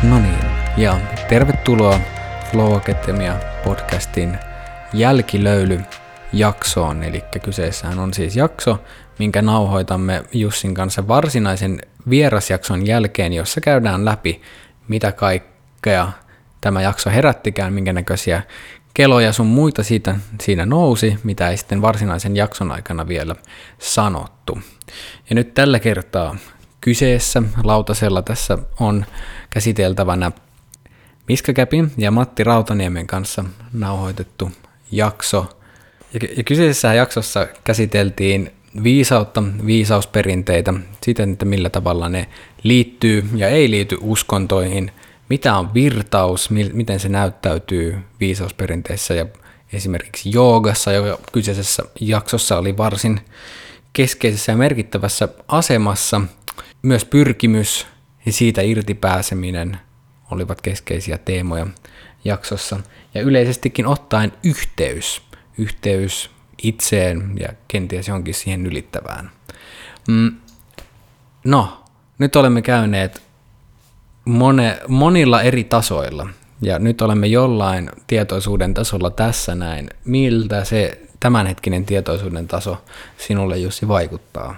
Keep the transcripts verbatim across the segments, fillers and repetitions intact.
No niin, ja tervetuloa Flow Academia podcastin jälkilöyly-jaksoon. Eli kyseessähän on siis jakso, minkä nauhoitamme Jussin kanssa varsinaisen vierasjakson jälkeen, jossa käydään läpi, mitä kaikkea tämä jakso herättikään, minkä näköisiä keloja sun muita siitä, siinä nousi, mitä ei sitten varsinaisen jakson aikana vielä sanottu. Ja nyt tällä kertaa kyseessä lautasella tässä on käsiteltävänä Miska Käpin ja Matti Rautaniemen kanssa nauhoitettu jakso. Ja kyseisessä jaksossa käsiteltiin viisautta, viisausperinteitä, siten, että millä tavalla ne liittyy ja ei liity uskontoihin, mitä on virtaus, miten se näyttäytyy viisausperinteissä ja esimerkiksi joogassa, joka kyseisessä jaksossa oli varsin keskeisessä ja merkittävässä asemassa. Myös pyrkimys ja siitä irti pääseminen olivat keskeisiä teemoja jaksossa. Ja yleisestikin ottaen yhteys, yhteys itseen ja kenties johonkin siihen ylittävään. No, nyt olemme käyneet mone, monilla eri tasoilla ja nyt olemme jollain tietoisuuden tasolla tässä näin. Miltä se tämänhetkinen tietoisuuden taso sinulle, Jussi, vaikuttaa?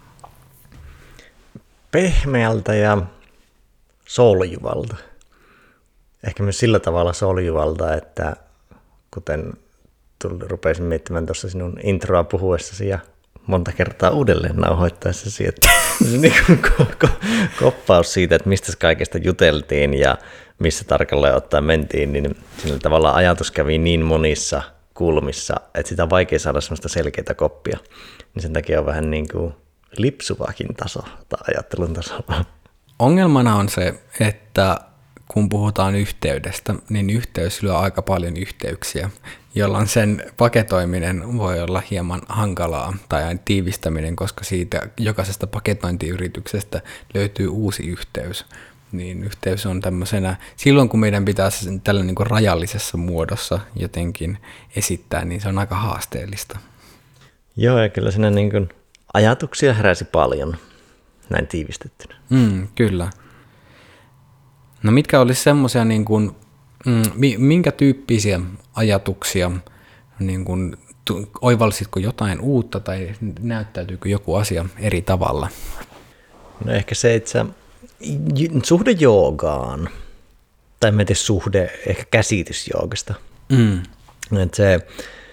Pehmeältä ja soljuvalta. Ehkä myös sillä tavalla soljuvalta, että kuten rupesin miettimään tuossa sinun introa puhuessasi ja monta kertaa uudelleen nauhoittaessasi, että se niin kuin koppaus siitä, että mistä kaikesta juteltiin ja missä tarkalleen ottaen mentiin, niin sillä tavalla ajatus kävi niin monissa kulmissa, että sitä on vaikea saada sellaista selkeää koppia. Niin sen takia on vähän niin kuin lipsuvakin taso tai ajattelun tasolla. Ongelmana on se, että kun puhutaan yhteydestä, niin yhteys lyö aika paljon yhteyksiä, jolloin sen paketoiminen voi olla hieman hankalaa tai tiivistäminen, koska siitä jokaisesta paketointiyrityksestä löytyy uusi yhteys. Niin yhteys on tämmöisenä, silloin kun meidän pitäisi tällä niin kuin rajallisessa muodossa jotenkin esittää, niin se on aika haasteellista. Joo, ja kyllä siinä niin kuin ajatuksia heräsi paljon, näin tiivistettynä. Mm, kyllä. No mitkä olisi semmoisia, niin kuin, mm, minkä tyyppisiä ajatuksia, niin kuin, oivalsitko jotain uutta tai näyttäytyykö joku asia eri tavalla? No ehkä se, että suhde joogaan, tai mä en tiedä suhde, ehkä käsitys joogasta. Mm. Että se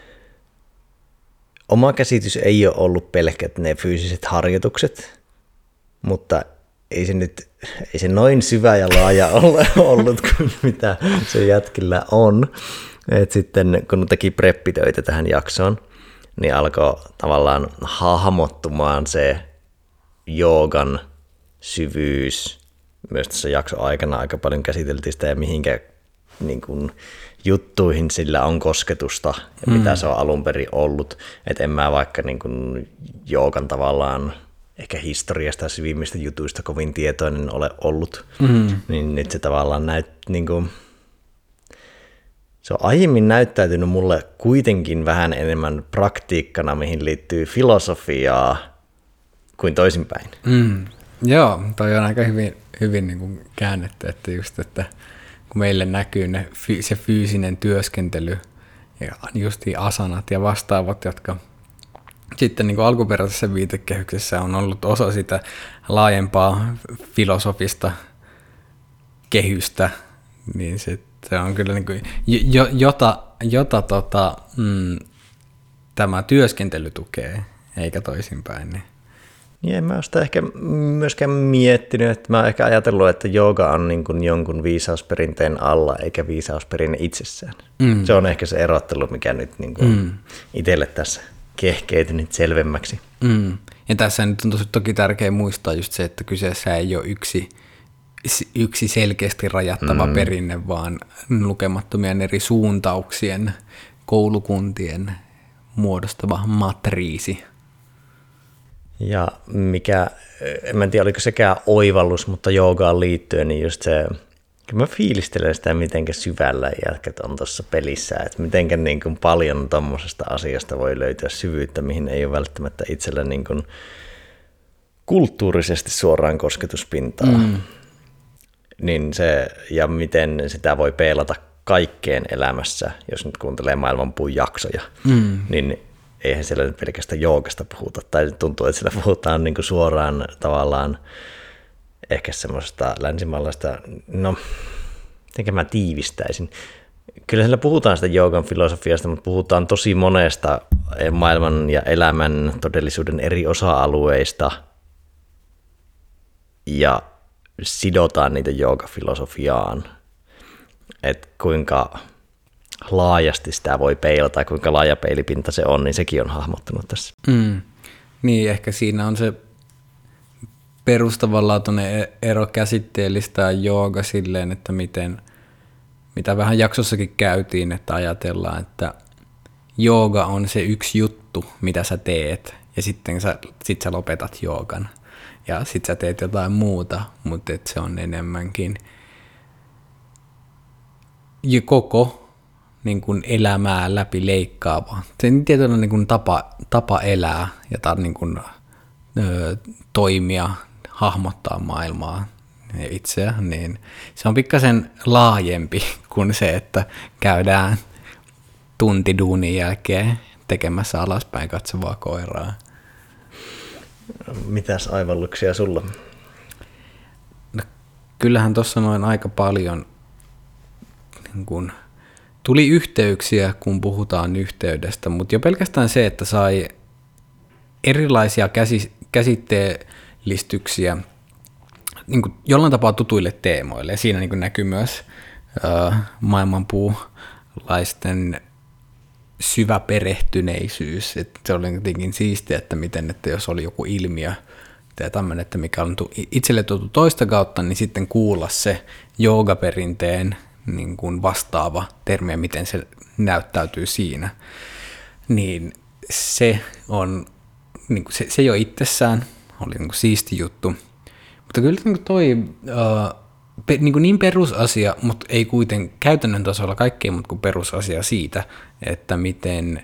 oma käsitys ei ole ollut pelkät ne fyysiset harjoitukset, mutta ei se nyt ei se noin syvä ja laaja ole ollut kuin mitä se jätkillä on. Et sitten kun teki preppitöitä tähän jaksoon, niin alkoi tavallaan hahmottumaan se joogan syvyys. Myös tässä jakson aikana aika paljon käsiteltiin sitä ja mihinkä niin kuin juttuihin sillä on kosketusta ja mm. mitä se on alun perin ollut. Että en mä vaikka niin kuin joogan tavallaan ehkä historiasta ja syvimmistä jutuista kovin tietoinen ole ollut, mm. niin nyt se tavallaan näyt, niin kuin, se on aiemmin näyttäytynyt mulle kuitenkin vähän enemmän praktiikkana, mihin liittyy filosofiaa kuin toisinpäin. Mm. Joo, toi on aika hyvin, hyvin niin kuin käännetty, että just, että kun meille näkyy ne, se fyysinen työskentely ja justiin asanat ja vastaavat, jotka sitten niin kuin alkuperäisessä viitekehyksessä on ollut osa sitä laajempaa filosofista kehystä, niin se, se on kyllä niin kuin, jo, jota, jota tota, mm, tämä työskentely tukee, eikä toisinpäin. Niin. Ja en mä ole sitä ehkä myöskään miettinyt, että mä oon ehkä ajatellut, että jooga on niin kuin jonkun viisausperinteen alla, eikä viisausperinne itsessään. Mm. Se on ehkä se erottelu, mikä nyt niin kuin mm. itselle tässä kehkeytynyt selvemmäksi. Mm. Ja tässä nyt on tosi toki tärkeää muistaa just se, että kyseessä ei ole yksi, yksi selkeästi rajattava mm. perinne, vaan lukemattomien eri suuntauksien, koulukuntien muodostava matriisi. Ja mikä, en tiedä oliko sekään oivallus, mutta joogaan liittyen, niin just se, mä fiilistelen sitä, mitenkä syvällä jätkät on tuossa pelissä, että mitenkä niin kuin paljon tommosesta asiasta voi löytyä syvyyttä, mihin ei ole välttämättä itsellä niin kuin kulttuurisesti suoraan kosketuspintaa. Mm. niin se, ja miten sitä voi peilata kaikkeen elämässä, jos nyt kuuntelee Maailmanpuun jaksoja, mm. niin eihän siellä nyt pelkästään joogasta puhuta, tai tuntuu, että siellä puhutaan niin kuin suoraan tavallaan ehkä semmoista länsimaalaista, no, mitenkä mä tiivistäisin. Kyllä siellä puhutaan sitä joogan filosofiasta, mutta puhutaan tosi monesta maailman ja elämän todellisuuden eri osa-alueista ja sidotaan niitä joogafilosofiaan. Että kuinka laajasti sitä voi peilata ja kuinka laaja peilipinta se on, niin sekin on hahmottunut tässä. Mm. Niin, ehkä siinä on se perustavanlaatuinen ero käsitteellistä jooga silleen, että miten, mitä vähän jaksossakin käytiin, että ajatellaan, että jooga on se yksi juttu, mitä sä teet, ja sitten sä, sit sä lopetat joogan, ja sit sä teet jotain muuta, mutta et se on enemmänkin koko niin kuin elämää läpi leikkaava. Se on tietynlainen niin kuin tapa, tapa elää ja ta, niin kuin, ö, toimia, hahmottaa maailmaa ja itseään, niin se on pikkasen laajempi kuin se, että käydään tunti duunin jälkeen tekemässä alaspäin katsovaa koiraa. Mitäs aivalluksia sulla? No, kyllähän tuossa noin aika paljon niin kun, tuli yhteyksiä, kun puhutaan yhteydestä, mutta jo pelkästään se, että sai erilaisia käsi, käsitteellistyksiä niin kuin jollain tapaa tutuille teemoille. Ja siinä niin kuin näkyy myös äh, maailmanpuulaisten syvä perehtyneisyys. Että se oli jotenkin siistiä, että miten, että jos oli joku ilmiö tai tämmöinen, että mikä on itselle tuotu toista kautta, niin sitten kuulla se joogaperinteen niin kuin vastaava termi, miten se näyttäytyy siinä. Niin se on, niin kuin se, se jo itsessään oli niin kuin siisti juttu. Mutta kyllä niin kuin toi uh, pe, niin, kuin niin perusasia, mutta ei kuitenkaan käytännön tasolla kaikkein mutta kuin perusasia siitä, että miten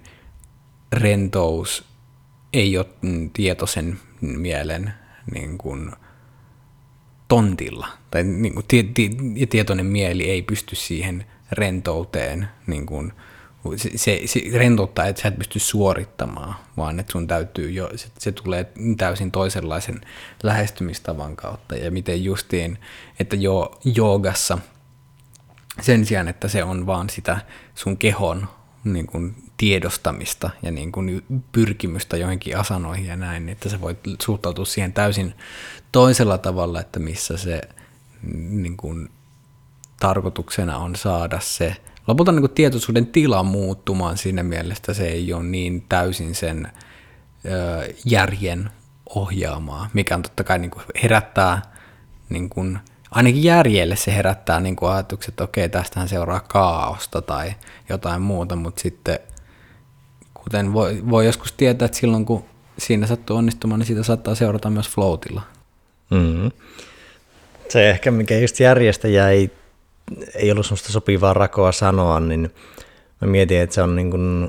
rentous ei ole tietoisen mielen niin kuin tontilla. Tai niin kuin tie, tie, tietoinen mieli ei pysty siihen rentouteen. Niin kuin, se, se, se rentouttaa, että sä et pysty suorittamaan, vaan että sun täytyy jo, se, se tulee täysin toisenlaisen lähestymistavan kautta. Ja miten justiin, että jo joogassa sen sijaan, että se on vaan sitä sun kehon niin kuin tiedostamista ja niin kuin pyrkimystä johonkin asanoihin ja näin, että sä voit suhtautua siihen täysin toisella tavalla, että missä se niin kuin tarkoituksena on saada se lopulta niin kuin tietoisuuden tila muuttumaan siinä mielessä, se ei ole niin täysin sen ö, järjen ohjaamaa, mikä on totta kai niin kuin herättää, niin kuin, ainakin järjelle se herättää niin kuin ajatukset, että okei, tästähän seuraa kaaosta tai jotain muuta, mutta sitten kuten voi, voi joskus tietää, että silloin kun siinä sattuu onnistumaan, niin siitä saattaa seurata myös floatilla. Mm-hmm. Se ehkä, mikä just järjestäjä ei, ei ollut semmoista sopivaa rakoa sanoa, niin mä mietin, että se on niin kuin,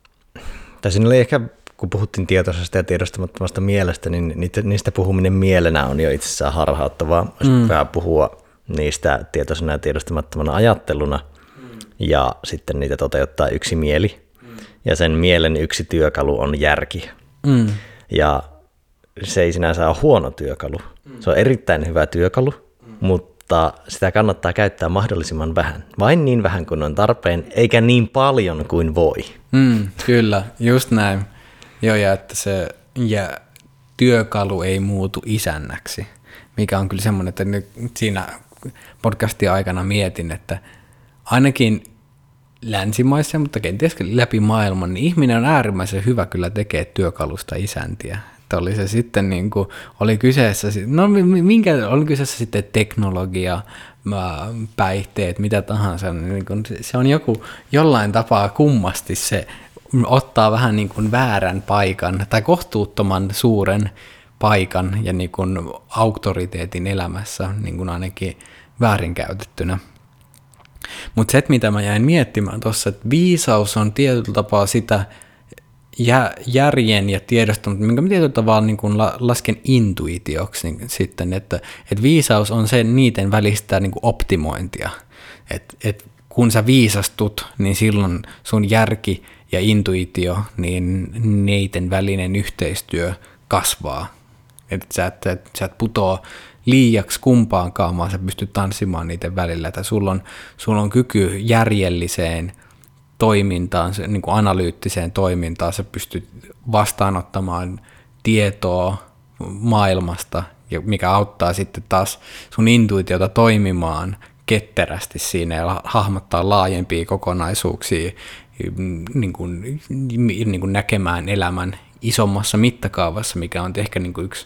tai siinä oli ehkä, kun puhuttiin tietoisesta ja tiedostamattomasta mielestä, niin niistä puhuminen mielenä on jo itsessään harhauttavaa. Olisi mm. hyvä puhua niistä tietoisena ja tiedostamattomana ajatteluna, mm. ja sitten niitä toteuttaa yksi mieli. Mm. Ja sen mielen yksi työkalu on järki. Mm. Ja se ei sinänsä ole huono työkalu. Mm. Se on erittäin hyvä työkalu, mm. mutta sitä kannattaa käyttää mahdollisimman vähän. Vain niin vähän kuin on tarpeen, eikä niin paljon kuin voi. Mm, kyllä, just näin. Joo, ja että se ja työkalu ei muutu isännäksi, mikä on kyllä semmoinen, että nyt siinä podcastin aikana mietin, että ainakin länsimaissa, mutta kenties läpi maailman, niin ihminen on äärimmäisen hyvä kyllä tekee työkalusta isäntiä. Että oli se sitten niin kuin, oli kyseessä, no minkä, oli kyseessä sitten teknologia, päihteet, mitä tahansa, niin kuin, se on joku jollain tapaa kummasti se ottaa vähän niin kuin väärän paikan tai kohtuuttoman suuren paikan ja niin kuin auktoriteetin elämässä niin kuin ainakin väärinkäytettynä. Mutta se, mitä mä jäin miettimään tuossa, että viisaus on tietyllä tapaa sitä, jä, järjen ja tiedoston, minkä mä tietyllä tavalla niin kuin la, lasken intuitioksi niin sitten, että et viisaus on sen niiden välistä niin kuin optimointia. Että et kun sä viisastut, niin silloin sun järki ja intuitio, niin neiden välinen yhteistyö kasvaa. Että sä et, et, sä et putoa liiaksi kumpaankaan, vaan sä pystyt tanssimaan niiden välillä. Että sulla on, sulla on kyky järjelliseen toimintaan, niin kuin analyyttiseen toimintaan. Sä pystyt vastaanottamaan tietoa maailmasta, mikä auttaa sitten taas sun intuitiota toimimaan ketterästi siinä ja hahmottaa laajempia kokonaisuuksia, niin kuin, niin kuin näkemään elämän isommassa mittakaavassa, mikä on ehkä niin kuin yksi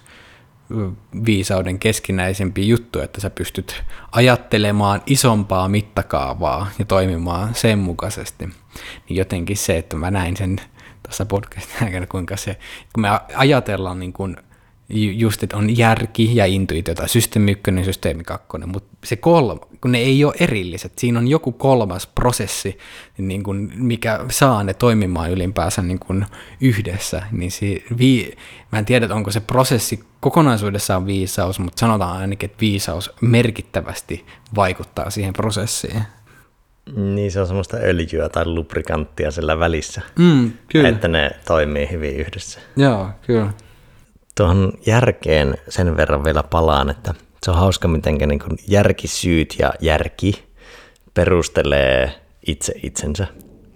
viisauden keskinäisempi juttu, että sä pystyt ajattelemaan isompaa mittakaavaa ja toimimaan sen mukaisesti. Niin jotenkin se, että mä näin sen tuossa podcastin aikana, kuinka se, kun me ajatellaan niin kuin just, että on järki ja intuitio, tai systeemi ykkönen, systeemi kakkonen, mutta se kolme, kun ne ei ole erilliset, siinä on joku kolmas prosessi, niin kuin, mikä saa ne toimimaan ylipäänsä niin kuin yhdessä, niin se, vii, mä en tiedä, onko se prosessi kokonaisuudessaan viisaus, mutta sanotaan ainakin, että viisaus merkittävästi vaikuttaa siihen prosessiin. Niin, se on semmoista öljyä tai lubrikanttia sillä välissä, mm, kyllä. Että ne toimii hyvin yhdessä. Joo, kyllä. Tuohon järkeen sen verran vielä palaan, että se on hauska, miten niin kuin järkisyyt ja järki perustelee itse itsensä.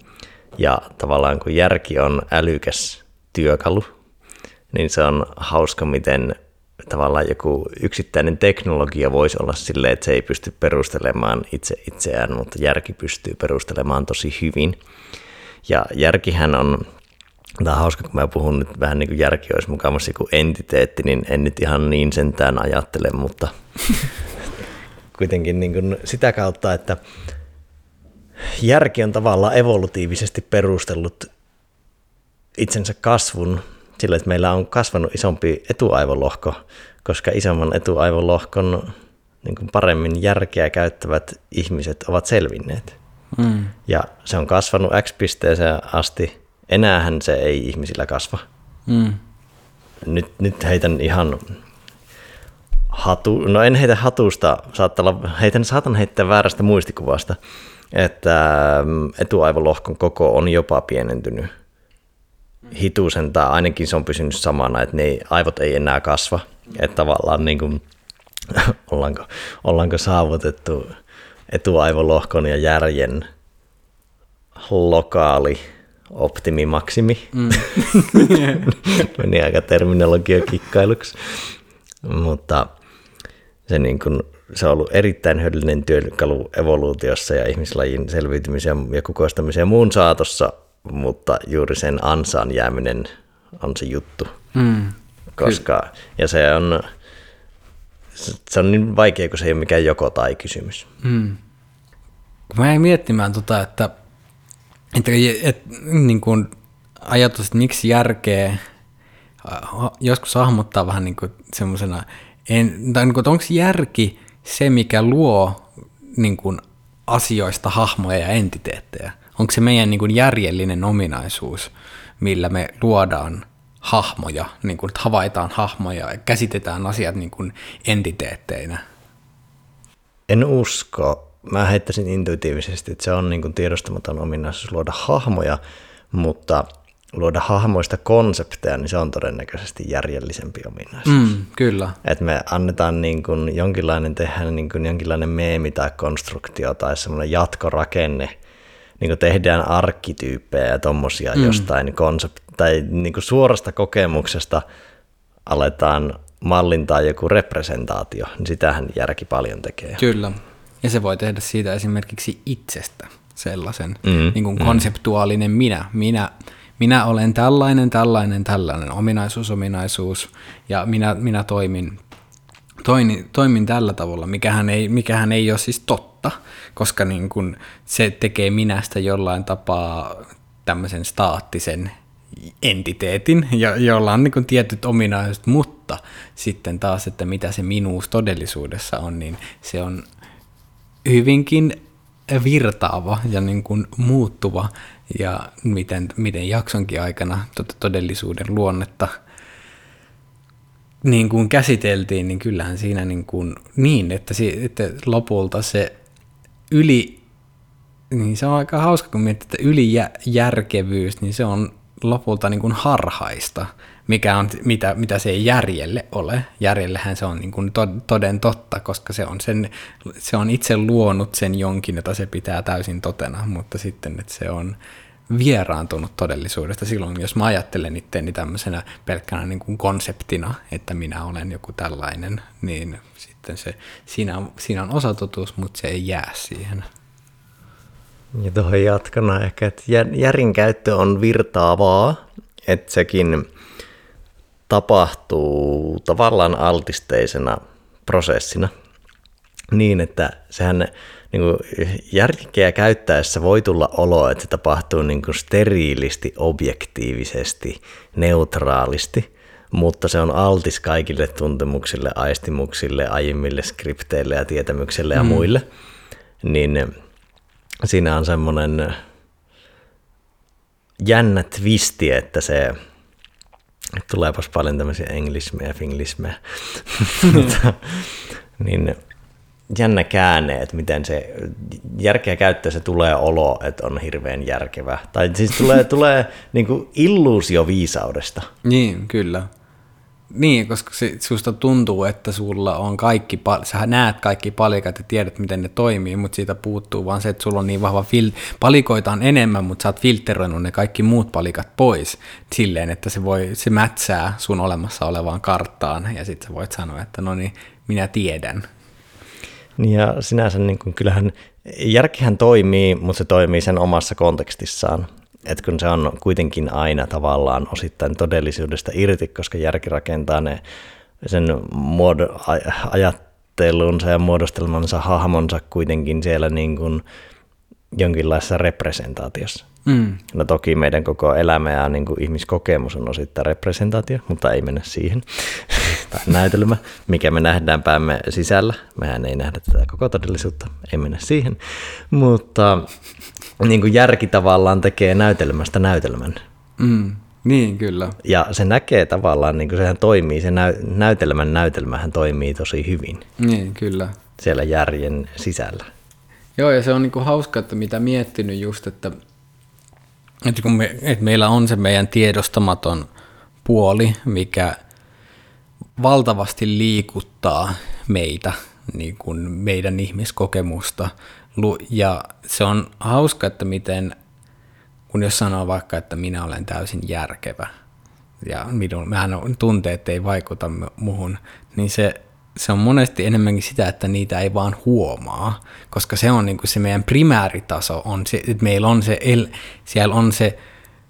Ja tavallaan kun järki on älykäs työkalu, niin se on hauska, miten tavallaan joku yksittäinen teknologia voisi olla silleen, että se ei pysty perustelemaan itse itseään, mutta järki pystyy perustelemaan tosi hyvin. Ja järkihän on... Tämä on hauska, kun mä puhun nyt vähän niin kuin järki olisi mukavasti kuin entiteetti, niin en nyt ihan niin sentään ajattele, mutta kuitenkin niin kuin sitä kautta, että järki on tavallaan evolutiivisesti perustellut itsensä kasvun sillä, että meillä on kasvanut isompi etuaivolohko, koska isomman etuaivolohkon niin kuin paremmin järkeä käyttävät ihmiset ovat selvinneet. Mm. Ja se on kasvanut X-pisteeseen asti. Enäähän se ei ihmisillä kasva. Mm. Nyt, nyt heitän ihan hatu, no en heitä hatusta, olla, heitän, saatan heittää väärästä muistikuvasta, että etuaivolohkon koko on jopa pienentynyt hitusen, tai ainakin se on pysynyt samana, että ne aivot ei enää kasva. Että tavallaan niin kuin, ollaanko, ollaanko saavutettu etuaivolohkon ja järjen lokaali optimimaksimi. Mm. Meni aika terminologiakikkailuksi. Mutta se, niin kun, se on ollut erittäin hyödyllinen työkalu evoluutiossa ja ihmislajin selviytymisen ja kukoistamisen ja muun saatossa, mutta juuri sen ansaan jääminen on se juttu. Mm. Koska, ja se on, se on niin vaikea, kun se ei ole mikään joko tai kysymys. Mm. Mä jäin miettimään tota, että Että, et, niin kuin ajatus, että miksi järkeä joskus hahmottaa vähän niin kuin semmoisena, tai niin kuin, onko järki se, mikä luo niin kuin asioista hahmoja ja entiteettejä? Onko se meidän niin kuin järjellinen ominaisuus, millä me luodaan hahmoja, niin kuin, havaitaan hahmoja ja käsitetään asiat niin kuin entiteetteinä? En usko. Mä heittäisin intuitiivisesti, että se on niin kuin tiedostamaton ominaisuus luoda hahmoja, mutta luoda hahmoista konsepteja, niin se on todennäköisesti järjellisempi ominaisuus. Mm, kyllä. Että me annetaan niin kuin jonkinlainen, tehdään niin kuin jonkinlainen meemi tai konstruktio tai semmoinen jatkorakenne, niin kuin tehdään arkkityyppejä ja tommosia mm. jostain konsept- tai niin kuin suorasta kokemuksesta aletaan mallintaa joku representaatio, niin sitähän järki paljon tekee. Kyllä. Ja se voi tehdä siitä esimerkiksi itsestä sellaisen mm, niin kuin konseptuaalinen mm. minä. minä. Minä olen tällainen, tällainen, tällainen, ominaisuus, ominaisuus, ja minä, minä toimin, toimin, toimin tällä tavalla, mikähän ei, mikähän ei ole siis totta, koska niin kuin se tekee minästä jollain tapaa tämmöisen staattisen entiteetin, jolla on niin kuin tietyt ominaisuudet, mutta sitten taas, että mitä se minuus todellisuudessa on, niin se on hyvinkin virtaava ja niin kuin muuttuva ja miten, miten jaksonkin aikana tuota todellisuuden luonnetta niin kuin käsiteltiin, niin kyllähän siinä niin, kuin, niin että, si, että lopulta se yli, niin se on aika hauska, kun miettii, että ylijärkevyys, niin se on lopulta niin kuin harhaista, mikä on, mitä, mitä se ei järjelle ole. Järjellähän se on niin kuin toden totta, koska se on, sen, se on itse luonut sen jonkin, jota se pitää täysin totena, mutta sitten, että se on vieraantunut todellisuudesta silloin, jos mä ajattelen itseäni tämmöisenä pelkkänä niin kuin konseptina, että minä olen joku tällainen, niin sitten se, siinä, on, siinä on osatotuus, mutta se ei jää siihen. Ja tuohon jatkona ehkä, että järjen käyttö on virtaavaa, että sekin tapahtuu tavallaan altisteisena prosessina niin, että sehän niin kuin järkeä käyttäessä voi tulla olo, että se tapahtuu niin kuin steriilisti, objektiivisesti, neutraalisti, mutta se on altis kaikille tuntemuksille, aistimuksille, aiemmille skripteille ja tietämyksille ja mm. muille, niin siinä on semmoinen jännä twisti, että se tuleepas paljon tämmöisiä englismejä, finglismejä, niin jännä käänne, että miten se järkeä käyttää, se tulee olo, että on hirveän järkevä. Tai siis tulee, tulee niin kuin illuusio viisaudesta. Niin, kyllä. Niin, koska se, susta tuntuu, että sulla on kaikki, sä näet kaikki palikat ja tiedät, miten ne toimii, mutta siitä puuttuu vaan se, että sulla on niin vahva, fil- palikoita on enemmän, mutta sä oot filtteroinut ne kaikki muut palikat pois silleen, että se, voi, se mätsää sun olemassa olevaan karttaan ja sitten sä voit sanoa, että no niin, minä tiedän. Ja sinänsä niin kuin, kyllähän järkihän toimii, mutta se toimii sen omassa kontekstissaan. Että kun se on kuitenkin aina tavallaan osittain todellisuudesta irti, koska järki rakentaa ne sen muodo, ajattelunsa ja muodostelmansa hahmonsa kuitenkin siellä niin kuin jonkinlaisessa representaatiossa. Mm. No toki meidän koko elämä ja niin kuin ihmiskokemus on osittain representaatio, mutta ei mennä siihen. Tai näytelmä, mikä me nähdään päämme sisällä. Mehän ei nähdä tätä koko todellisuutta, ei mennä siihen. Mutta niin kuin järki tavallaan tekee näytelmästä näytelmän. Mm, niin, kyllä. Ja se näkee tavallaan, niin kuin sehän toimii, se näy, näytelmän näytelmähän toimii tosi hyvin. Niin, kyllä. Siellä järjen sisällä. Joo, ja se on niin kuin hauska, että mitä miettinyt just, että, että, kun me, että meillä on se meidän tiedostamaton puoli, mikä valtavasti liikuttaa meitä, niin kuin meidän ihmiskokemusta. Ja se on hauska, että miten, kun jos sanoo vaikka, että minä olen täysin järkevä ja minun, mähän tunteet ei vaikuta muhun, niin se, se on monesti enemmänkin sitä, että niitä ei vaan huomaa, koska se on niin kuin se meidän primääritaso, on se, että meillä on se, siellä on se,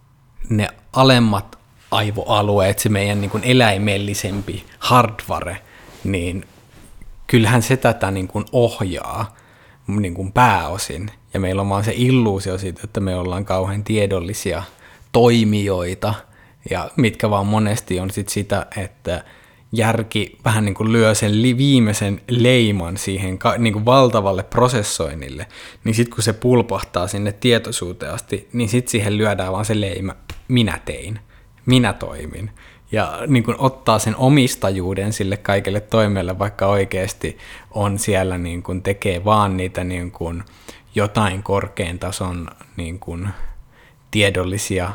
ne alemmat aivoalueet, se meidän niin kuin eläimellisempi hardware, niin kyllähän se tätä niin kuin ohjaa niin kuin pääosin. Ja meillä on vaan se illuusio siitä, että me ollaan kauhean tiedollisia toimijoita, ja mitkä vaan monesti on sit sitä, että järki vähän niin kuin lyö sen li- viimeisen leiman siihen ka- niin kuin valtavalle prosessoinnille, niin sitten kun se pulpahtaa sinne tietoisuuteen asti, niin sitten siihen lyödään vaan se leima, minä tein, minä toimin. Ja niin kuin ottaa sen omistajuuden sille kaikelle toimelle, vaikka oikeasti on siellä, niin kuin tekee vaan niitä niin kuin jotain korkean tason niin kuin tiedollisia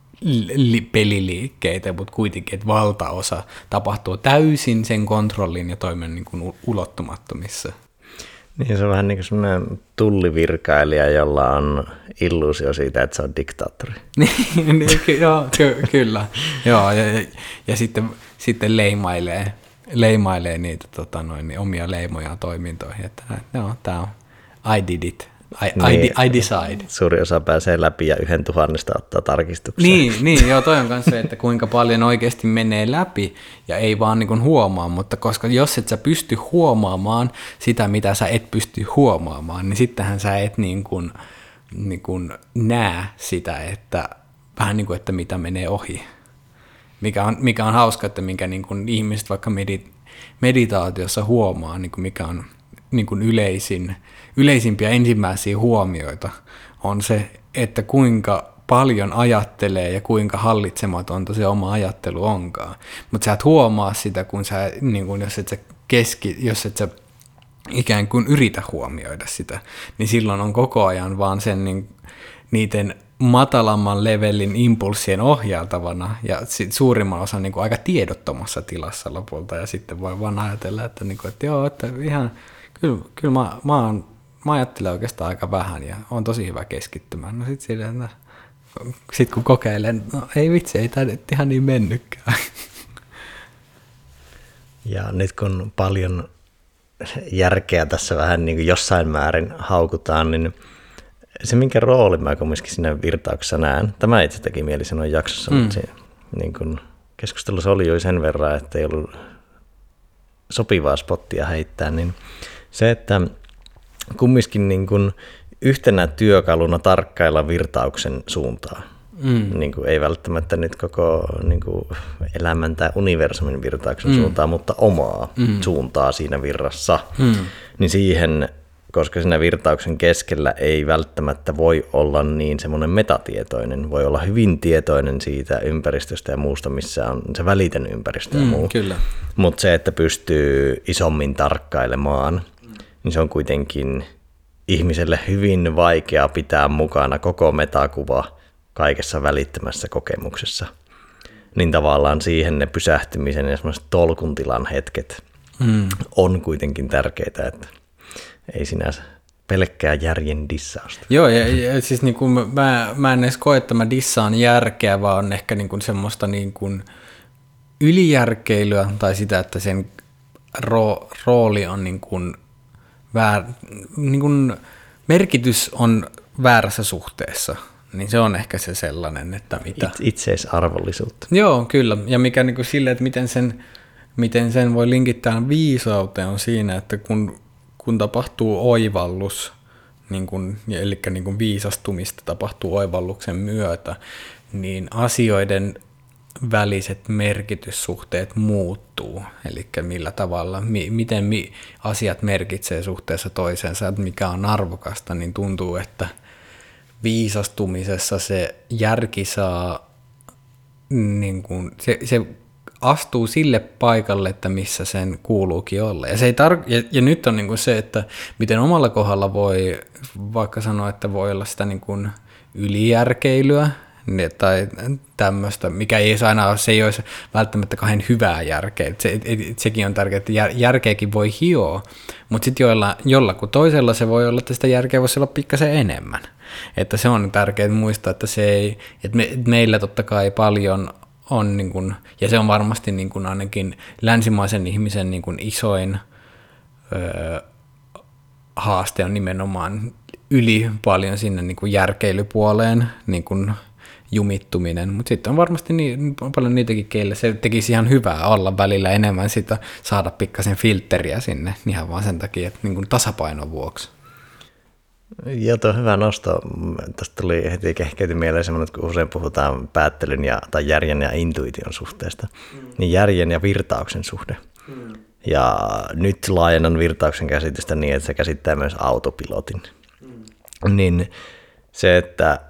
li- peliliikkeitä, mutta kuitenkin, että valtaosa tapahtuu täysin sen kontrollin ja toimen niin kuin ulottumattomissa. Niin se on vähän niin kuin semmoinen tullivirkailija, jolla on illuusio siitä, että se on diktaattori. niin, joo, ky- kyllä. Joo, ja, ja, ja sitten, sitten leimailee, leimailee niitä tota noin, niin omia leimojaan toimintoihin, että no, tämä on I did it. I, niin, I, I decide. Suuri osa pääsee läpi ja yhden tuhannesta ottaa tarkistuksia. Niin, niin joo, toi on myös se, että kuinka paljon oikeasti menee läpi ja ei vaan niin kuin huomaa, mutta koska jos et sä pysty huomaamaan sitä, mitä sä et pysty huomaamaan, niin sittenhän sä et niin kuin, niin kuin näe sitä, että vähän niin kuin, että mitä menee ohi. Mikä on, mikä on hauska, että minkä niin kuin ihmiset vaikka medit, meditaatiossa huomaa, niin kuin mikä on niin kuin yleisin, yleisimpiä ensimmäisiä huomioita on se, että kuinka paljon ajattelee ja kuinka hallitsematonta se oma ajattelu onkaan. Mutta sä et huomaa sitä, kun sä, niin kun jos et sä keski, jos et sä ikään kuin yritä huomioida sitä, niin silloin on koko ajan vaan sen niin, niiden matalamman levelin impulssien ohjaltavana ja sit suurimman osan niin kuin aika tiedottomassa tilassa lopulta ja sitten voi vaan ajatella, että, niin kuin, että joo, että ihan, kyllä, kyllä mä, mä, oon, mä ajattelen oikeastaan aika vähän ja on tosi hyvä keskittymään. No sit silleen, että sitten kun kokeilen, no ei vitsi, ei tämä nyt ihan niin mennytkään. Ja nyt kun paljon järkeä tässä vähän niin kuin jossain määrin haukutaan, niin se minkä rooli mä kumminkin siinä virtauksessa näen, tämä itse teki mieli sanoa jaksossa, mm. mutta se, niin kun keskustelussa oli jo sen verran, että ei ollut sopivaa spottia heittää, niin se, että kumminkin niin kun yhtenä työkaluna tarkkailla virtauksen suuntaa. Mm. Niin kuin ei välttämättä nyt koko niin kuin elämän tai universumin virtauksen mm. suuntaa, mutta omaa mm. suuntaa siinä virrassa. Mm. Niin siihen, koska siinä virtauksen keskellä ei välttämättä voi olla niin semmoinen metatietoinen, voi olla hyvin tietoinen siitä ympäristöstä ja muusta, missä on se välitön ympäristö ja mm, muu. Mutta se, että pystyy isommin tarkkailemaan, mm. niin se on kuitenkin ihmiselle hyvin vaikea pitää mukana koko metakuva kaikessa välittömässä kokemuksessa. Niin tavallaan siihen ne pysähtymisen ja semmoiset tolkuntilan hetket mm. on kuitenkin tärkeitä, että ei sinänsä pelkkää järjen dissausta. Joo, ja, ja siis niin kuin mä, mä en edes koe, että mä dissaan järkeä, vaan on ehkä niin kuin semmoista niin kuin ylijärkeilyä tai sitä, että sen ro, rooli on niin kuin väär, niin kuin merkitys on väärässä suhteessa. Niin se on ehkä se sellainen, että mitä... It, itseisarvollisuutta. Joo, kyllä. Ja mikä niin kuin sille, että miten sen, miten sen voi linkittää viisauteen on siinä, että kun, kun tapahtuu oivallus, niin kuin, eli niin kuin viisastumista tapahtuu oivalluksen myötä, niin asioiden väliset merkityssuhteet muuttuu. Eli millä tavalla, mi, miten mi, asiat merkitsee suhteessa toiseensa, että mikä on arvokasta, niin tuntuu, että viisastumisessa se järki saa, niin kuin, se, se astuu sille paikalle, että missä sen kuuluukin olla. Ja, se ei tar- ja, ja nyt on niin kuin se, että miten omalla kohdalla voi vaikka sanoa, että voi olla sitä niin kuin ylijärkeilyä tai tämmöistä, mikä ei aina se ei olisi välttämättä kauhean hyvää järkeä. Se, et, et, sekin on tärkeää, että jär, järkeäkin voi hioa, mutta sitten jolla, jollakin toisella se voi olla, että sitä järkeä voisi olla pikkasen enemmän. Että se on tärkeää muistaa, että, se ei, että me, meillä totta kai paljon on, niin kuin, ja se on varmasti niin kuin ainakin länsimaisen ihmisen niin kuin isoin öö, haaste on nimenomaan yli paljon sinne niin kuin järkeilypuoleen niin kuin jumittuminen, mutta sitten on varmasti niin, on paljon niitäkin, keille se tekisi ihan hyvää olla välillä enemmän sitä, saada pikkasen filtteriä sinne, ihan vaan sen takia, että niin kuin tasapainon vuoksi. Joo, tuo on hyvä nosto. Tästä tuli heti kehkeytyi mieleen semmoinen, että kun usein puhutaan päättelyn ja, tai järjen ja intuition suhteesta, mm. niin järjen ja virtauksen suhde. Mm. Ja nyt laajennan virtauksen käsitystä niin, että se käsittää myös autopilotin. Mm. Niin se, että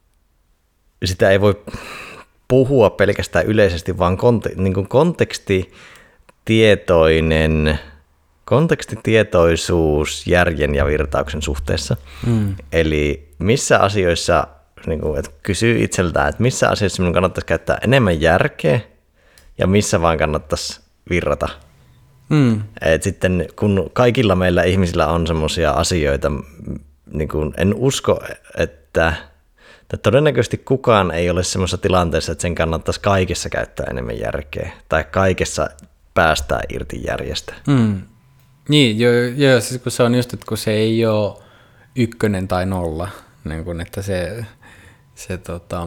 sitä ei voi puhua pelkästään yleisesti, vaan konte- niin kuin kontekstitietoinen, kontekstitietoisuus järjen ja virtauksen suhteessa. Mm. Eli missä asioissa, niin kuin, että kysyy itseltään, että missä asioissa minun kannattaisi käyttää enemmän järkeä ja missä vaan kannattaisi virrata. Mm. Et sitten kun kaikilla meillä ihmisillä on semmoisia asioita, niin kuin en usko, että todennäköisesti kukaan ei ole semmoisessa tilanteessa, että sen kannattaisi kaikessa käyttää enemmän järkeä tai kaikessa päästää irti järjestä. Mm. Niin, joo, joo, siis kun se on just, että kun se ei ole ykkönen tai nolla, niin kun, että se, se tota,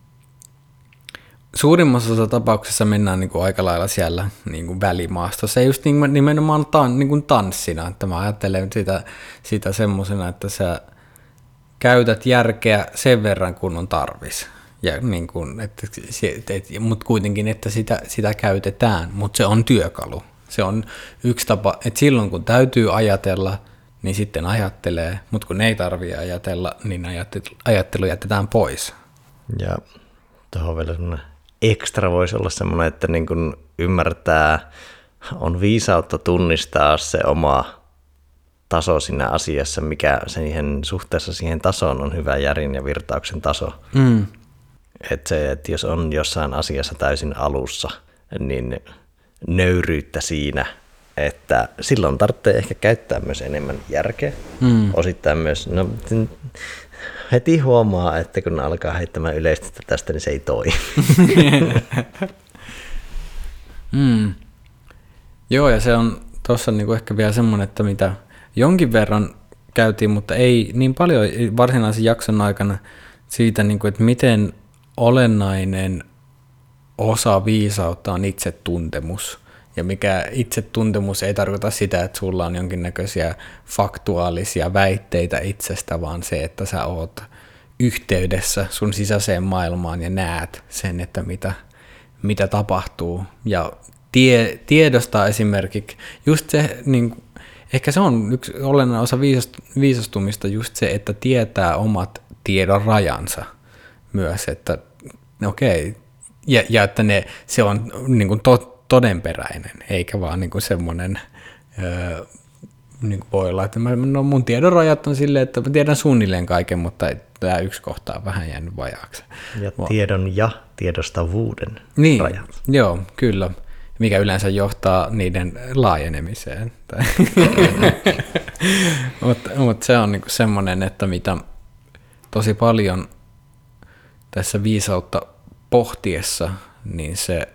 suurimmassa osassa tapauksessa mennään niin kuin aika lailla siellä niin kuin välimaastossa, just nimenomaan tan, niin kuin tanssina, että mä ajattelen sitä, sitä semmoisena, että sä käytät järkeä sen verran, kun on tarvis. Ja niin kuin, että, et, mutta kuitenkin, että sitä, sitä käytetään, mutta se on työkalu. Se on yksi tapa, että silloin kun täytyy ajatella, niin sitten ajattelee, mutta kun ei tarvitse ajatella, niin ajattelu jätetään pois. Ja tuohon vielä semmoinen ekstra voisi olla semmoinen, että niin kun ymmärtää, on viisautta tunnistaa se oma taso siinä asiassa, mikä siihen suhteessa siihen tasoon on hyvä järjen ja virtauksen taso. Mm. Että se, että jos on jossain asiassa täysin alussa, niin nöyryyttä siinä, että silloin tarvitsee ehkä käyttää myös enemmän järkeä. Mm. Osittain myös, no heti huomaa, että kun alkaa heittämään yleistä tästä, niin se ei toimi. mm. Joo, ja se on tuossa niinku ehkä vielä semmoinen, että mitä jonkin verran käytiin, mutta ei niin paljon varsinaisen jakson aikana siitä, niinku, että miten olennainen osa viisautta on itsetuntemus. Ja mikä itsetuntemus ei tarkoita sitä, että sulla on jonkinnäköisiä faktuaalisia väitteitä itsestä, vaan se, että sä oot yhteydessä sun sisäiseen maailmaan ja näet sen, että mitä, mitä tapahtuu. Ja tie, tiedostaa esimerkiksi just se, niin, ehkä se on yksi olennainen osa viisastumista, just se, että tietää omat tiedon rajansa myös, että okei, okay, ja, ja että ne, se on niin kuin to, todenperäinen, eikä vaan niin kuin semmoinen, öö, niin kuin voi olla, että mä, no mun tiedon rajat on silleen, että mä tiedän suunnilleen kaiken, mutta tämä yksi kohta on vähän jäänyt vajaaksi. Ja tiedon ja tiedostavuuden niin, rajat. Joo, kyllä, mikä yleensä johtaa niiden laajenemiseen. Mutta mut se on niin kuin semmoinen, että mitä tosi paljon tässä viisautta pohtiessa, niin se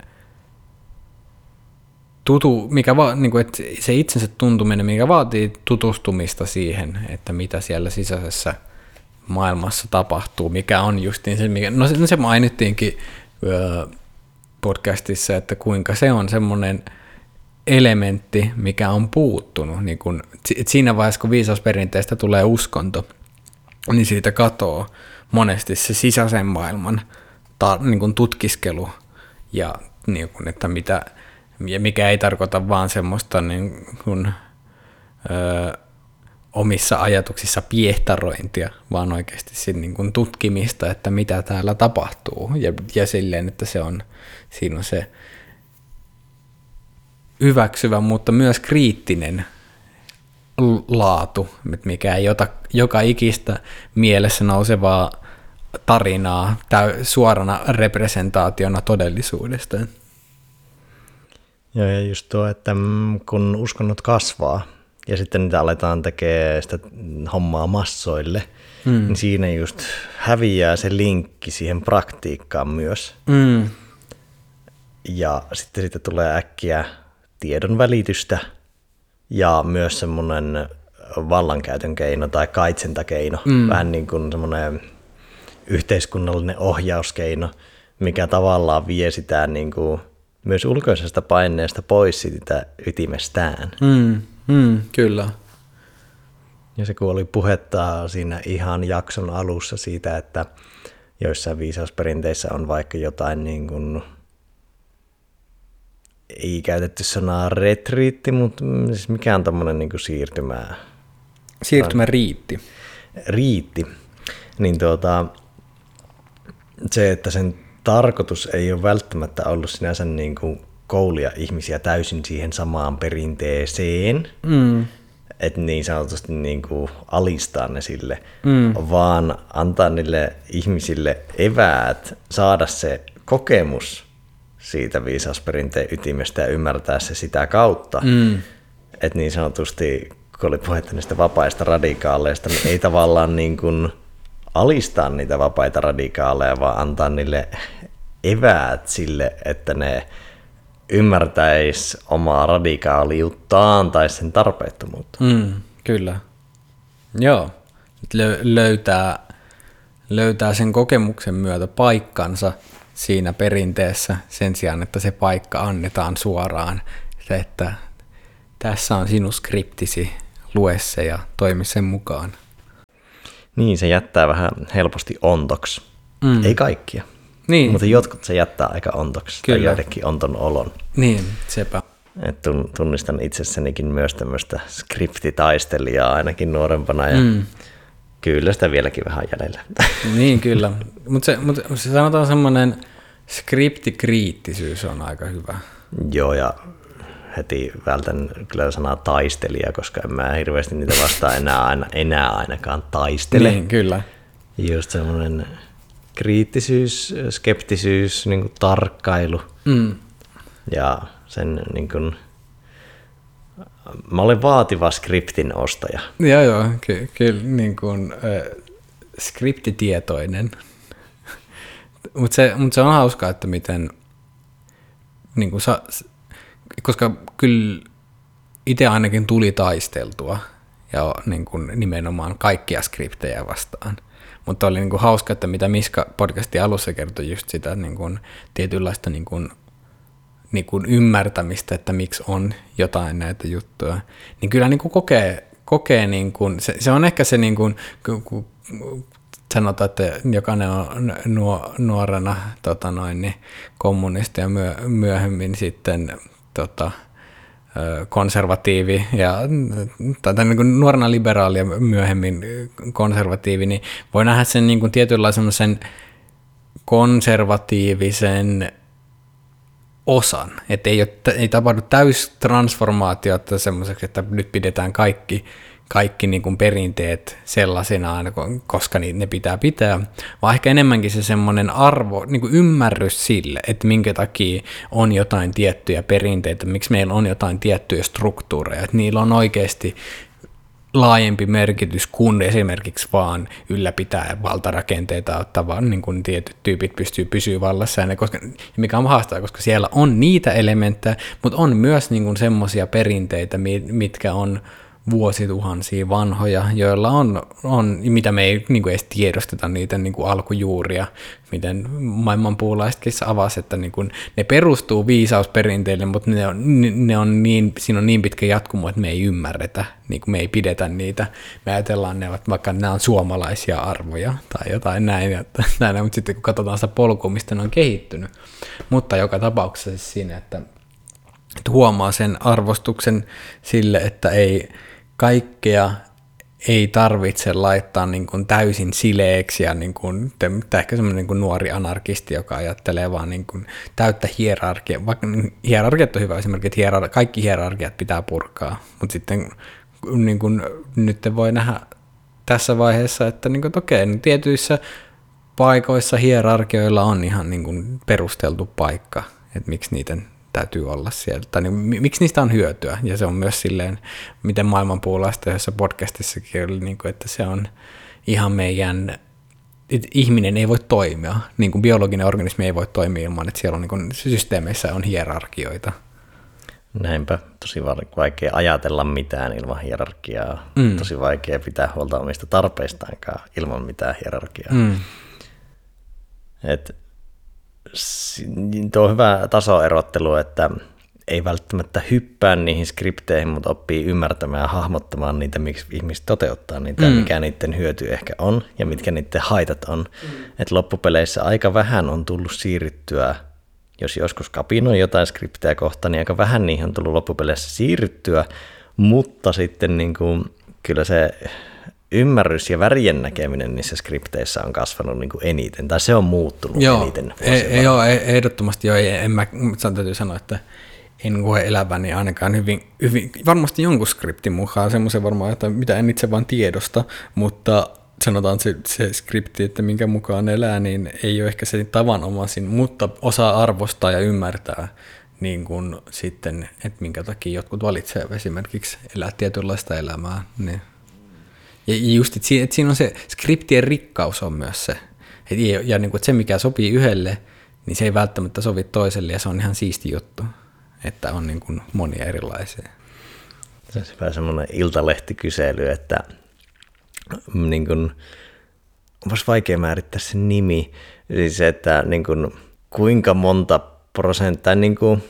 tutu, mikä va, niin kuin, että se itsensä tuntuminen, mikä vaatii tutustumista siihen, että mitä siellä sisäisessä maailmassa tapahtuu, mikä on justiin se, mikä, no se, se mainittiinkin podcastissa, että kuinka se on semmoinen elementti, mikä on puuttunut, niin kun, siinä vaiheessa, kun viisausperinteestä tulee uskonto, niin siitä katoo monesti se sisäisen maailman ta, niin kuin tutkiskelu, ja niin kuin, että mitä, mikä ei tarkoita vaan semmoista niin kuin, ö, omissa ajatuksissa piehtarointia, vaan oikeasti sen, niin kuin tutkimista, että mitä täällä tapahtuu, ja, ja silleen, että se on, siinä on se hyväksyvä, mutta myös kriittinen laatu, mikä ei ota joka ikistä mielessä nousevaa tarinaa täy, suorana representaationa todellisuudesta. Joo, ja just tuo, että kun uskonnot kasvaa ja sitten niitä aletaan tekemään sitä hommaa massoille, mm. niin siinä just häviää se linkki siihen praktiikkaan myös. Mm. Ja sitten siitä tulee äkkiä tiedon välitystä ja myös semmoinen vallankäytön keino tai kaitsentakeino, mm. vähän niin kuin semmoinen yhteiskunnallinen ohjauskeino, mikä tavallaan vie sitä niin kuin myös ulkoisesta paineesta pois siitä ytimestään. Mm, mm, kyllä. Ja se kun oli puhetta siinä ihan jakson alussa siitä, että joissain viisausperinteissä on vaikka jotain niin kuin, ei käytetty sanaa retriitti, mutta siis mikä on tommoinen niin kuin siirtymä? Siirtymä riitti. Riitti. Niin tuota, se, että sen tarkoitus ei ole välttämättä ollut sinänsä niin kuin koulia ihmisiä täysin siihen samaan perinteeseen, mm. että niin sanotusti niin kuin alistaa ne sille, mm. vaan antaa niille ihmisille eväät saada se kokemus siitä viisausperinteen ytimestä ja ymmärtää se sitä kautta. Mm. Että niin sanotusti, kun oli puhetta niistä vapaista radikaaleista, niin ei tavallaan niin kuin alistaa niitä vapaita radikaaleja, vaan antaa niille eväät sille, että ne ymmärtäisi omaa radikaaliuttaan tai sen tarpeettomuutta. Mm, kyllä. Joo. Lö- löytää, löytää sen kokemuksen myötä paikkansa siinä perinteessä sen sijaan, että se paikka annetaan suoraan. Se, että tässä on sinun skriptisi, lue se ja toimi sen mukaan. Niin, se jättää vähän helposti ontoksi. Mm. Ei kaikkia, niin. Mutta jotkut se jättää aika ontoksi. Kyllä. Tai joidenkin onton olon. Niin, sepä. Et tunnistan itsessänikin myös tämmöistä skriptitaistelijaa ainakin nuorempana ja mm. kyllä sitä vieläkin vähän jäljellä. Niin kyllä, mutta se, mut se sanotaan semmoinen skriptikriittisyys on aika hyvä. Joo, ja heti vältän kyllä sanaa taistelija, koska en mä hirveästi niitä vastaan enää, aina, enää ainakaan taistele. Niin, kyllä. Just semmoinen kriittisyys, skeptisyys, niin kuin tarkkailu mm. ja sen niin kuin, mä olen vaativa skriptin ostaja. Joo, joo, ky- kyllä niin kuin äh, skriptitietoinen. Mutta se, mut se on hauskaa, että miten, niin kuin sa, koska kyllä itse ainakin tuli taisteltua ja niin kuin nimenomaan kaikkia skriptejä vastaan. Mutta oli niin kuin hauska, että mitä Miska podcastin alussa kertoi just sitä niin kuin tietynlaista niin kuin, niin kuin ymmärtämistä, että miksi on jotain näitä juttuja. Niin kyllä niin kuin kokee, kokee niin kuin, se, se on ehkä se, niin kuin, kun sanotaan, että jokainen on nuo, nuorena tota noin, niin kommunisti ja myö, myöhemmin sitten tota, konservatiivi ja tai niin kuin nuorena liberaali ja myöhemmin konservatiivi, niin voi nähdä sen niin kuin tietynlaisen sen konservatiivisen osan, että ei, ole, ei tapahdu täystransformaatiota semmoiseksi, että nyt pidetään kaikki, kaikki niin kuin perinteet sellaisenaan, koska ne pitää pitää, vaan ehkä enemmänkin se semmoinen arvo, niin kuin ymmärrys sille, että minkä takia on jotain tiettyjä perinteitä, miksi meillä on jotain tiettyjä struktuureja, että niillä on oikeasti laajempi merkitys kuin esimerkiksi vaan ylläpitää valtarakenteita, että vaan niin kuin tietyt tyypit pystyy pysyä vallassa, ja ne, koska, mikä on haastaa, koska siellä on niitä elementtejä, mutta on myös niin kuin semmoisia perinteitä, mitkä on vuosituhansia vanhoja, joilla on, on mitä me ei niin kuin edes tiedosteta niitä niin kuin alkujuuria, miten maailmanpuolaisetkin avasi, että niin kuin ne perustuu viisausperinteille, mutta ne on, ne on niin, siinä on niin pitkä jatkumo, että me ei ymmärretä, niin kuin me ei pidetä niitä. Me ajatellaan ne, vaikka nämä on suomalaisia arvoja tai jotain näin, että, näin, mutta sitten kun katsotaan sitä polkua, mistä ne on kehittynyt. Mutta joka tapauksessa siis siinä, että, että huomaa sen arvostuksen sille, että ei kaikkea ei tarvitse laittaa niin kuin täysin sileeksi ja niin kuin, ehkä semmoinen niin kuin nuori anarkisti, joka ajattelee vaan niin kuin täyttä hierarkiaa. Vaikka hierarkiat on hyvä esimerkki, että hierar- kaikki hierarkiat pitää purkaa, mutta sitten niin kuin, nyt voi nähdä tässä vaiheessa, että, niin kuin, että okei, no tietyissä paikoissa hierarkioilla on ihan niin kuin perusteltu paikka, että miksi niiden täytyy olla siellä, tai niin, miksi niistä on hyötyä, ja se on myös silleen, miten maailmanpuolaista yhdessä podcastissakin oli, niin kuin, että se on ihan meidän, että ihminen ei voi toimia, niin kuin biologinen organismi ei voi toimia ilman, että siellä on niin kuin, systeemeissä on hierarkioita. Näinpä, tosi vaikea ajatella mitään ilman hierarkiaa, mm. tosi vaikea pitää huolta omista tarpeistaankaan ilman mitään hierarkiaa. Mm. Et tuo on hyvä tasoerottelu, että ei välttämättä hyppää niihin skripteihin, mutta oppii ymmärtämään ja hahmottamaan niitä, miksi ihmiset toteuttaa niitä, mm. mikä niiden hyöty ehkä on ja mitkä niiden haitat on. Mm. Että loppupeleissä aika vähän on tullut siirryttyä, jos joskus kapinoi jotain skriptejä kohtaan, niin aika vähän niihin on tullut loppupeleissä siirryttyä, mutta sitten niin kuin, kyllä se ymmärrys ja värien näkeminen niissä skripteissä on kasvanut niin kuin eniten, tai se on muuttunut joo, eniten. Ei, joo, ehdottomasti joo, en mä, täytyy sanoa, että en koe eläväni ainakaan hyvin, hyvin, varmasti jonkun skriptin mukaan, semmoisen varmaan, että mitä en itse vaan tiedosta, mutta sanotaan se, se skripti, että minkä mukaan elää, niin ei ole ehkä se tavanomaisin, mutta osaa arvostaa ja ymmärtää niin kuin sitten, että minkä takia jotkut valitsee esimerkiksi elää tietynlaista elämää, niin ja just, että siinä, että siinä on se skriptien rikkaus on myös se. Et, ja, ja niin kuin, että se, mikä sopii yhdelle, niin se ei välttämättä sovi toiselle, ja se on ihan siisti juttu, että on niin kuin monia erilaisia. Se on hyvä semmoinen iltalehtikysely, että niin kuin, onpas vaikea määrittää se nimi. Siis se, että niin kuin, kuinka monta prosenttia, niin kuin,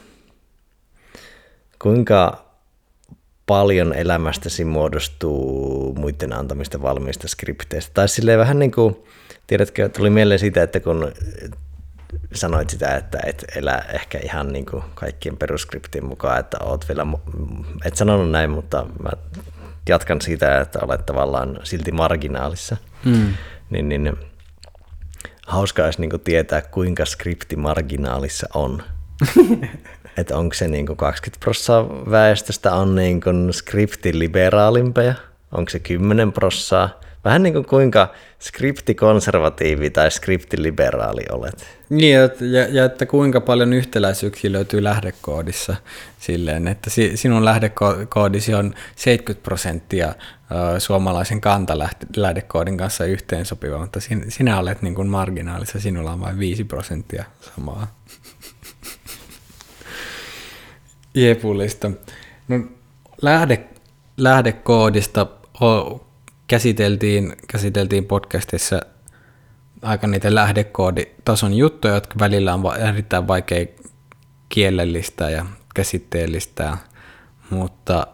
kuinka paljon elämästäsi muodostuu muiden antamista valmiista skripteistä. Tai silleen vähän niin kuin, tiedätkö, tuli mieleen siitä, että kun sanoit sitä, että et elä ehkä ihan niin kuin kaikkien perusskriptin mukaan, että oot vielä, et sanonut näin, mutta mä jatkan siitä, että olet tavallaan silti marginaalissa. Mm. Niin, niin hauska olisi niin kuin tietää, kuinka skripti marginaalissa on. Että onko se niin kuin kaksikymmentä prosenttia väestöstä on niin kuin skriptiliberaalimpia, onko se kymmenen prosenttia, vähän niin kuin kuinka skriptikonservatiivi tai skriptiliberaali olet. Niin, ja, ja että kuinka paljon yhtäläisyyksiä löytyy lähdekoodissa silleen, että si, sinun lähdekoodisi on seitsemänkymmentä prosenttia suomalaisen kantalähdekoodin kanssa yhteensopiva, mutta sin, sinä olet niin kuin marginaalissa, sinulla on vain viisi prosenttia samaa. Jepullista. No, lähde, lähdekoodista o, käsiteltiin, käsiteltiin podcastissa aika niitä lähdekooditason juttuja, jotka välillä on erittäin vaikea kielellistä ja käsitteellistä, mutta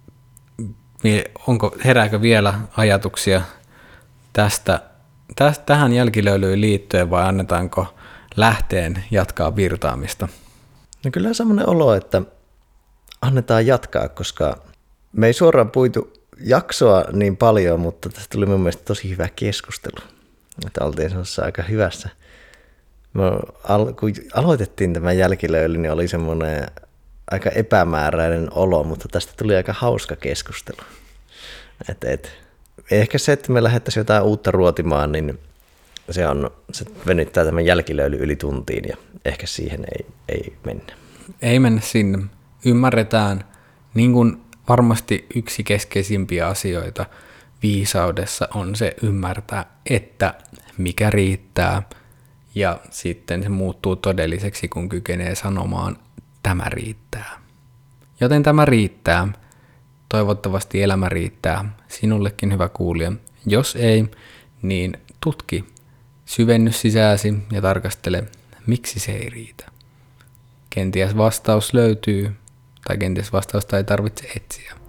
onko, herääkö vielä ajatuksia tästä, tästä tähän jälkilöylyyn liittyen vai annetaanko lähteen jatkaa virtaamista? No kyllä on semmoinen olo, että annetaan jatkaa, koska me ei suoraan puitu jaksoa niin paljon, mutta tästä tuli mun mielestä tosi hyvä keskustelu. Että oltiin semmoisessa aika hyvässä. Kun aloitettiin tämä jälkilöyly, niin oli semmoinen aika epämääräinen olo, mutta tästä tuli aika hauska keskustelu. Et, et, ehkä se, että me lähdettäisiin jotain uutta ruotimaan, niin se, on, se venyttää tämän jälkilöyly yli tuntiin ja ehkä siihen ei, ei mennä. Ei mennä sinne. Ymmärretään, niin kuin varmasti yksi keskeisimpiä asioita viisaudessa on se ymmärtää, että mikä riittää, ja sitten se muuttuu todelliseksi, kun kykenee sanomaan, tämä riittää. Joten tämä riittää. Toivottavasti elämä riittää sinullekin, hyvä kuulija. Jos ei, niin tutki, syvenny sisääsi ja tarkastele, miksi se ei riitä. Kenties vastaus löytyy, tai kenties vastausta ei tarvitse etsiä.